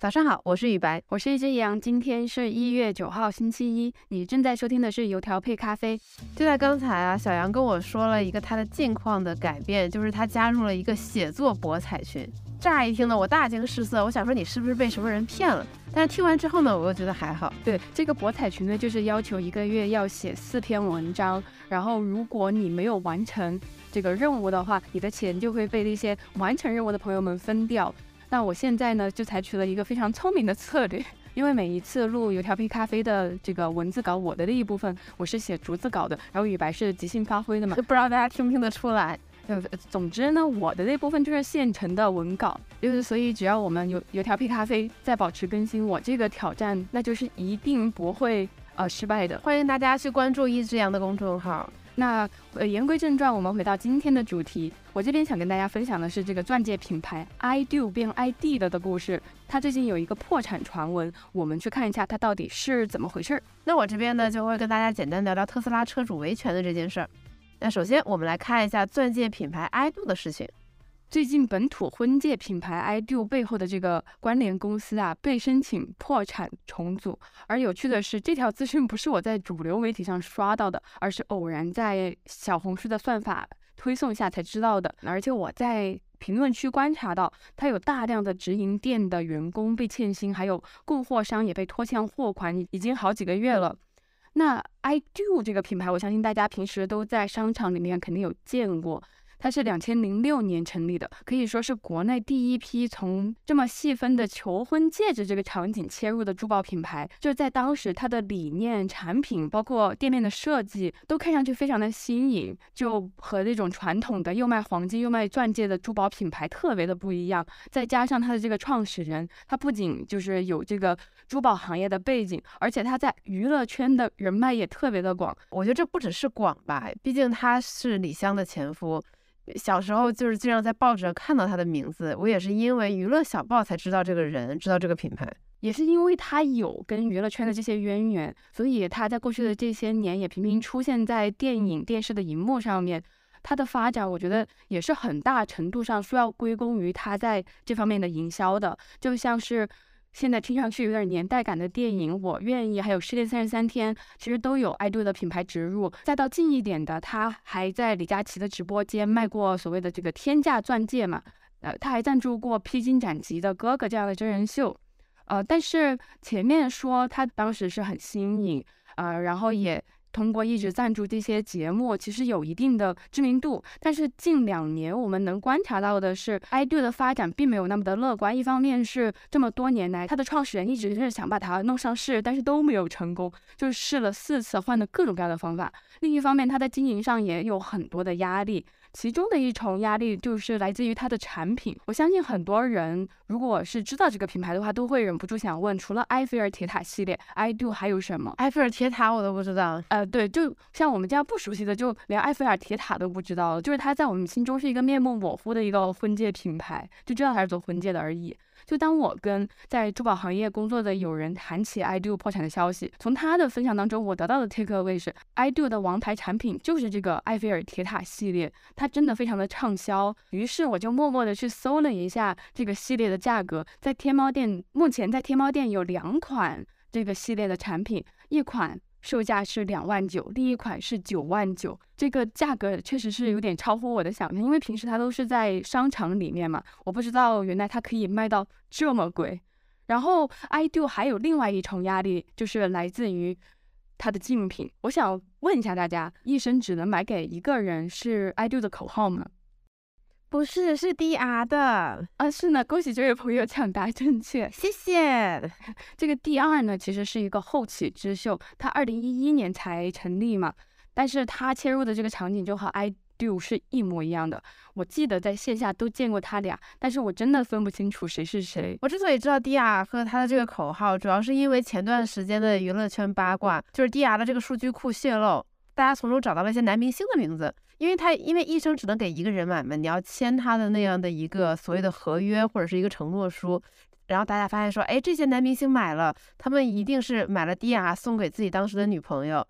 早上好，我是雨白， 我是一只羊。今天是1月9号，星期一。你正在收听的是油条配咖啡。 就在刚才啊，小杨跟我说了一个他的近况的改变，就是他加入了一个写作博彩群。乍一听呢，我大惊失色，我想说你是不是被什么人骗了？但是听完之后呢，我又觉得还好。 对，这个博彩群呢，就是要求1个月要写4篇文章，然后如果你没有完成这个任务的话，你的钱就会被那些完成任务的朋友们分掉。那我现在呢，就采取了一个非常聪明的策略，因为每一次录油条配咖啡的这个文字稿，我的那一部分我是写逐字稿的，然后雨白是即兴发挥的嘛， 就不知道大家听不听得出来。 总之呢，我的那部分就是现成的文稿，所以只要我们油条配咖啡在保持更新，我这个挑战那就是一定不会失败的。 欢迎大家去关注一只羊的公众号。 那言归正传，我们回到今天的主题。我这边想跟大家分享的是这个钻戒品牌 iDo 变 ID 的故事。它最近有一个破产传闻，我们去看一下它到底是怎么回事。 那我这边呢，就会跟大家简单聊聊特斯拉车主维权的这件事儿。那首先我们来看一下钻戒品牌 iDo 的事情。 最近本土婚戒品牌 iDo 背后的这个关联公司啊，被申请破产重组。而有趣的是，这条资讯不是我在主流媒体上刷到的，而是偶然在小红书的算法推送下才知道的。而且我在评论区观察到，它有大量的直营店的员工被欠薪，还有供货商也被拖欠货款，已经好几个月了。那 iDo 这个品牌，我相信大家平时都在商场里面肯定有见过。它是2006年成立的，可以说是国内第一批从这么细分的求婚戒指这个场景切入的珠宝品牌。就在当时，它的理念、产品，包括店面的设计，都看上去非常的新颖，就和那种传统的又卖黄金又卖钻戒的珠宝品牌特别的不一样。再加上它的这个创始人，他不仅就是有这个珠宝行业的背景，而且他在娱乐圈的人脉也特别的广。 我觉得这不只是广吧，毕竟他是李湘的前夫。小时候就是经常在报纸上看到他的名字，我也是因为娱乐小报才知道这个人，知道这个品牌。 也是因为他有跟娱乐圈的这些渊源，所以他在过去的这些年也频频出现在电影、电视的荧幕上面。他的发展，我觉得也是很大程度上需要归功于他在这方面的营销的，就像是现在听上去有点年代感的电影《我愿意》，还有《失恋33天》，其实都有iDo的品牌植入。再到近一点的，他还在李佳琦的直播间卖过所谓的这个天价钻戒嘛，他还赞助过《披荆斩棘的哥哥》这样的真人秀。但是前面说他当时是很新颖，然后也通过一直赞助这些节目，其实有一定的知名度。但是近2年我们能观察到的是iDo的发展并没有那么的乐观。一方面是这么多年来，他的创始人一直是想把它弄上市，但是都没有成功，就试了4次，换了各种各样的方法。另一方面，他在经营上也有很多的压力，其中的一重压力就是来自于它的产品。我相信很多人如果是知道这个品牌的话，都会忍不住想问，除了埃菲尔铁塔系列iDo还有什么？ 埃菲尔铁塔我都不知道。 对，就像我们这样不熟悉的，就连埃菲尔铁塔都不知道，就是它在我们心中是一个面目模糊的一个婚戒品牌，就知道它是做婚戒的而已。就当我跟在珠宝行业工作的友人谈起iDo破产的消息，从他的分享当中，我得到的 take away 是iDo的王牌产品就是这个埃菲尔铁塔系列，它真的非常的畅销。于是我就默默的去搜了一下这个系列的价格，目前在天猫店有2款这个系列的产品，一款售价是29000，另一款是99000。这个价格确实是有点超乎我的想象，因为平时它都是在商场里面嘛，我不知道原来它可以卖到这么贵。然后iDo还有另外一重压力，就是来自于它的竞品。我想问一下大家，一生只能买给一个人是iDo的口号吗？ 不是，是 DR 的是呢，恭喜这位朋友抢答正确， 谢谢。 这个 DR 呢，其实是一个后起之秀，它2011年才成立嘛，但是它切入的这个场景就和iDo是一模一样的。我记得在线下都见过他俩，但是我真的分不清楚谁是谁。 我之所以知道 DR 和他的这个口号，主要是因为前段时间的娱乐圈八卦，就是 DR 的这个数据库泄露，大家从中找到了一些男明星的名字。因为一生只能给一个人买嘛，你要签他的那样的一个所谓的合约或者是一个承诺书，然后大家发现说，哎，这些男明星买了，他们一定是买了 DR 送给自己当时的女朋友。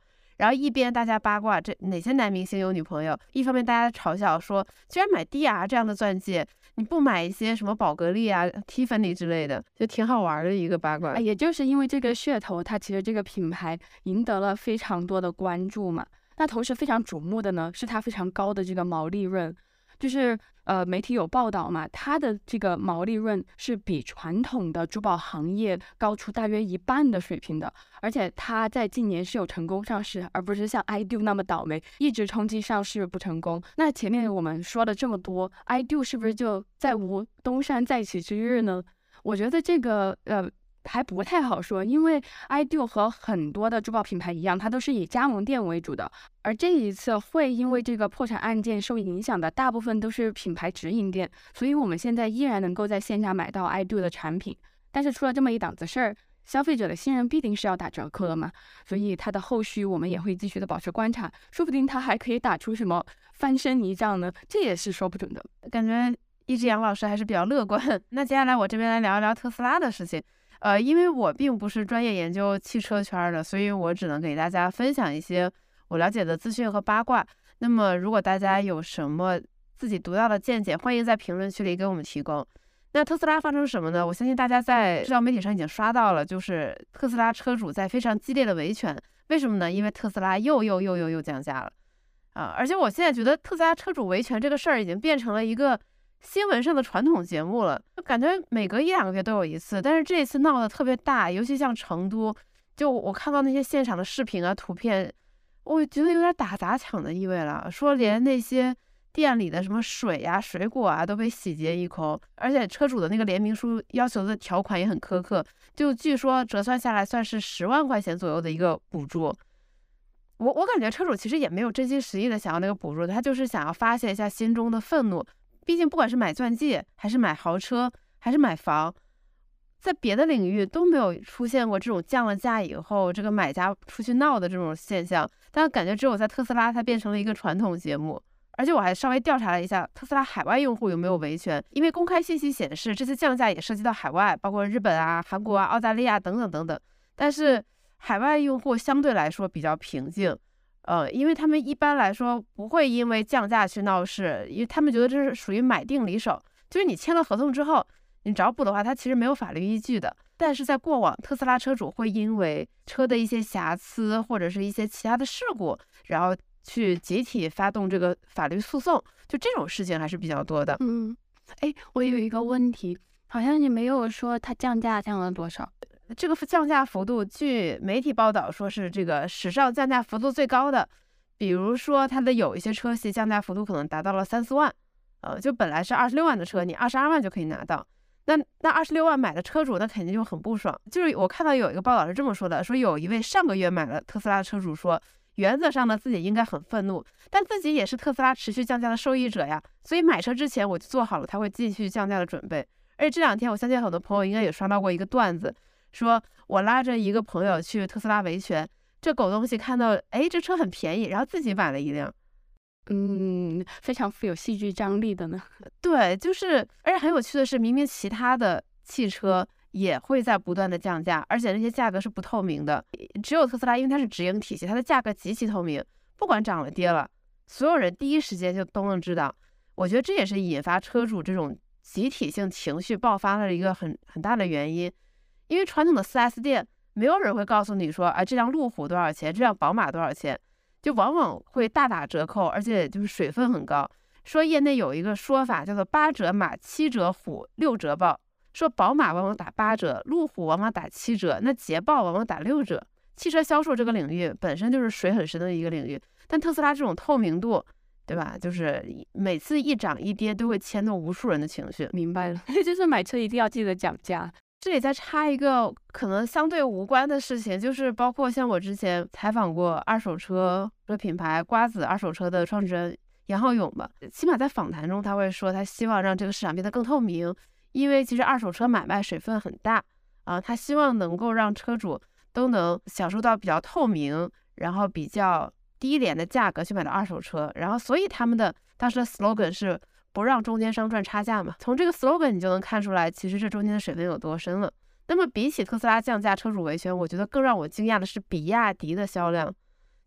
然后一边大家八卦这哪些男明星有女朋友，一方面大家嘲笑说，居然买 DR 这样的钻戒，你不买一些什么宝格丽啊、Tiffany 之类的，就挺好玩的一个八卦。 也就是因为这个噱头，它其实这个品牌赢得了非常多的关注嘛。那同时非常瞩目的呢，是它非常高的这个毛利润，就是媒体有报道嘛，它的这个毛利润是比传统的珠宝行业高出大约1半的水平的，而且它在近年是有成功上市，而不是像 iDo 那么倒霉，一直冲击上市不成功。那前面我们说了这么多，iDo 是不是就再无东山再起之日呢？我觉得这个还不太好说，因为 iDo 和很多的珠宝品牌一样，它都是以加盟店为主的。而这一次会因为这个破产案件受影响的，大部分都是品牌直营店，所以我们现在依然能够在线下买到 iDo 的产品。但是出了这么一档子事儿，消费者的信任必定是要打折扣的嘛，所以它的后续我们也会继续的保持观察，说不定它还可以打出什么翻身一仗呢，这也是说不准的。 感觉一只杨老师还是比较乐观。那接下来我这边来聊一聊特斯拉的事情。因为我并不是专业研究汽车圈的，所以我只能给大家分享一些我了解的资讯和八卦。那么如果大家有什么自己独到的见解，欢迎在评论区里给我们提供。那特斯拉发生什么呢？我相信大家在社交媒体上已经刷到了，就是特斯拉车主在非常激烈的维权。为什么呢？因为特斯拉又降价了而且我现在觉得特斯拉车主维权这个事儿已经变成了一个新闻上的传统节目了，就感觉每隔1-2个月都有一次，但是这一次闹得特别大，尤其像成都，就我看到那些现场的视频啊、图片，我觉得有点打砸抢的意味了，说连那些店里的什么水啊、水果啊都被洗劫一空，而且车主的那个联名书要求的条款也很苛刻，就据说折算下来算是10万块钱左右的一个补助。我感觉车主其实也没有真心实意的想要那个补助，他就是想要发泄一下心中的愤怒。毕竟不管是买钻戒还是买豪车还是买房，在别的领域都没有出现过这种降了价以后这个买家出去闹的这种现象，但感觉只有在特斯拉它变成了一个传统节目。而且我还稍微调查了一下特斯拉海外用户有没有维权，因为公开信息显示这次降价也涉及到海外，包括日本啊、韩国啊、澳大利亚等等等等，但是海外用户相对来说比较平静。因为他们一般来说不会因为降价去闹事，因为他们觉得这是属于买定离手，就是你签了合同之后，你找补的话，它其实没有法律依据的。但是在过往，特斯拉车主会因为车的一些瑕疵或者是一些其他的事故，然后去集体发动这个法律诉讼，就这种事情还是比较多的。 我有一个问题，好像你没有说它降价降了多少。 这个降价幅度，据媒体报道说是这个史上降价幅度最高的。比如说它的有一些车系降价幅度可能达到了3-4万，就本来是26万的车，你22万就可以拿到。那26万买的车主，那肯定就很不爽。就是我看到有一个报道是这么说的，说有一位上个月买了特斯拉的车主说，原则上呢自己应该很愤怒，但自己也是特斯拉持续降价的受益者呀，所以买车之前我就做好了他会继续降价的准备。而且这2天我相信很多朋友应该也刷到过一个段子，说我拉着一个朋友去特斯拉维权，这狗东西看到这车很便宜，然后自己买了一辆。 非常富有戏剧张力的呢。 对，就是而且很有趣的是，明明其他的汽车也会在不断的降价，而且那些价格是不透明的，只有特斯拉因为它是直营体系，它的价格极其透明，不管涨了跌了，所有人第一时间就都能知道。我觉得这也是引发车主这种集体性情绪爆发的一个很大的原因。因为传统的 4S 店没有人会告诉你说这辆路虎多少钱，这辆宝马多少钱，就往往会大打折扣，而且就是水分很高。说业内有一个说法叫做8折马7折虎6折豹，说宝马往往打8折，路虎往往打7折，那捷豹往往打6折。汽车销售这个领域本身就是水很深的一个领域，但特斯拉这种透明度，对吧？就是每次一涨一跌都会牵动无数人的情绪。 明白了，就是买车一定要记得讲价。 这里再插一个可能相对无关的事情，就是包括像我之前采访过二手车的品牌瓜子二手车的创始人杨浩勇吧，起码在访谈中他会说他希望让这个市场变得更透明，因为其实二手车买卖水分很大他希望能够让车主都能享受到比较透明，然后比较低廉的价格去买到二手车，然后所以他们的当时的 slogan 是不让中间商赚差价嘛。从这个 slogan 你就能看出来，其实这中间的水分有多深了。那么比起特斯拉降价车主维权，我觉得更让我惊讶的是比亚迪的销量。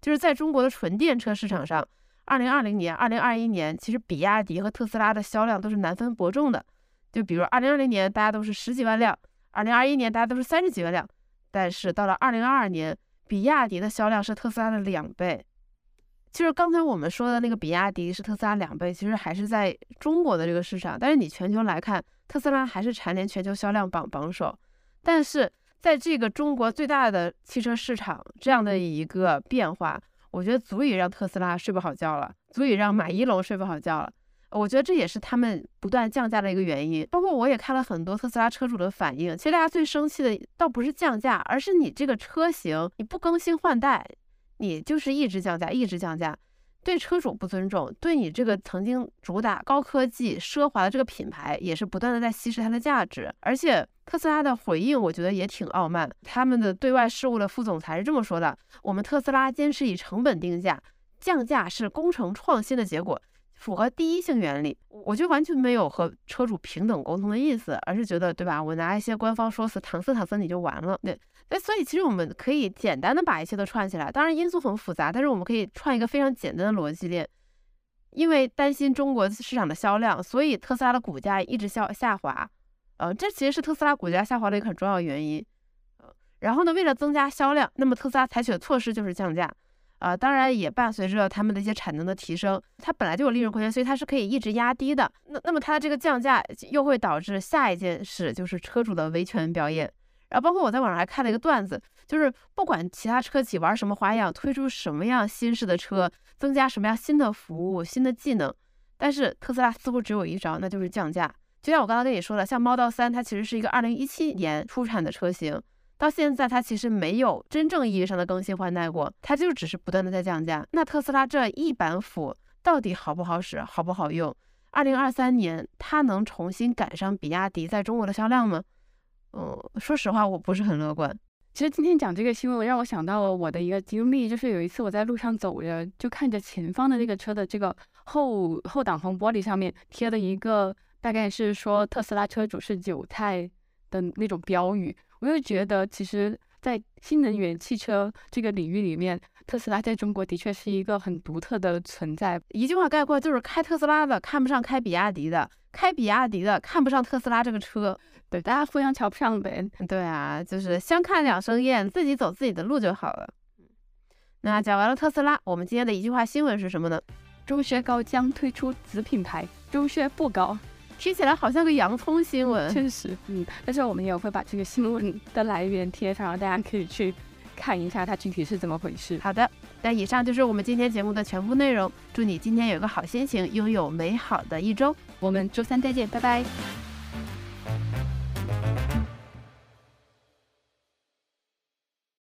就是在中国的纯电车市场上，2020年、2021年，其实比亚迪和特斯拉的销量都是难分伯仲的。就比如2020年大家都是10几万辆，2021年大家都是30几万辆，但是到了2022年，比亚迪的销量是特斯拉的2倍。就是刚才我们说的那个比亚迪是特斯拉2倍，其实还是在中国的这个市场，但是你全球来看，特斯拉还是蝉联全球销量榜首。但是在这个中国最大的汽车市场这样的一个变化，我觉得足以让特斯拉睡不好觉了，足以让马一龙睡不好觉了。我觉得这也是他们不断降价的一个原因。包括我也看了很多特斯拉车主的反应，其实大家最生气的倒不是降价，而是你这个车型你不更新换代，你就是一直降价，一直降价，对车主不尊重，对你这个曾经主打高科技奢华的这个品牌也是不断的在稀释它的价值。而且特斯拉的回应我觉得也挺傲慢，他们的对外事务的副总裁是这么说的：我们特斯拉坚持以成本定价，降价是工程创新的结果，符合第一性原理。我就完全没有和车主平等沟通的意思，而是觉得对吧，我拿一些官方说辞搪塞你就完了。对，所以其实我们可以简单的把一切都串起来，当然因素很复杂，但是我们可以串一个非常简单的逻辑链。因为担心中国市场的销量，所以特斯拉的股价一直下滑。这其实是特斯拉股价下滑的一个很重要的原因。然后呢，为了增加销量，那么特斯拉采取的措施就是降价。当然也伴随着他们的一些产能的提升，它本来就有利润空间，所以它是可以一直压低的。那么它的这个降价又会导致下一件事，就是车主的维权表演。然后包括我在网上还看了一个段子，就是不管其他车企玩什么花样，推出什么样新式的车，增加什么样新的服务、新的技能，但是特斯拉似乎只有一招，那就是降价。就像我刚刚跟你说的，像 Model 3，它其实是一个2017年出产的车型。到现在它其实没有真正意义上的更新换代过，它就只是不断的在降价。那特斯拉这一板斧到底好不好使，好不好用？2023年它能重新赶上比亚迪在中国的销量吗？说实话我不是很乐观。 其实今天讲这个新闻让我想到了我的一个经历，就是有一次我在路上走着，就看着前方的那个车的这个后挡风玻璃上面贴了一个大概是说特斯拉车主是韭菜的那种标语。我就觉得其实在新能源汽车这个领域里面，特斯拉在中国的确是一个很独特的存在。 一句话概括，就是开特斯拉的看不上开比亚迪的，开比亚迪的看不上特斯拉这个车。 对，大家互相瞧不上呗。 对啊，就是相看两生厌，自己走自己的路就好了。那讲完了特斯拉，我们今天的一句话新闻是什么呢？ 钟薛高将推出子品牌，钟薛不高。 听起来好像个洋葱新闻。 确实，但是我们也会把这个新闻的来源贴上，让大家可以去看一下它具体是怎么回事。 好的，那以上就是我们今天节目的全部内容。祝你今天有个好心情，拥有美好的一周。 我们周三再见，拜拜。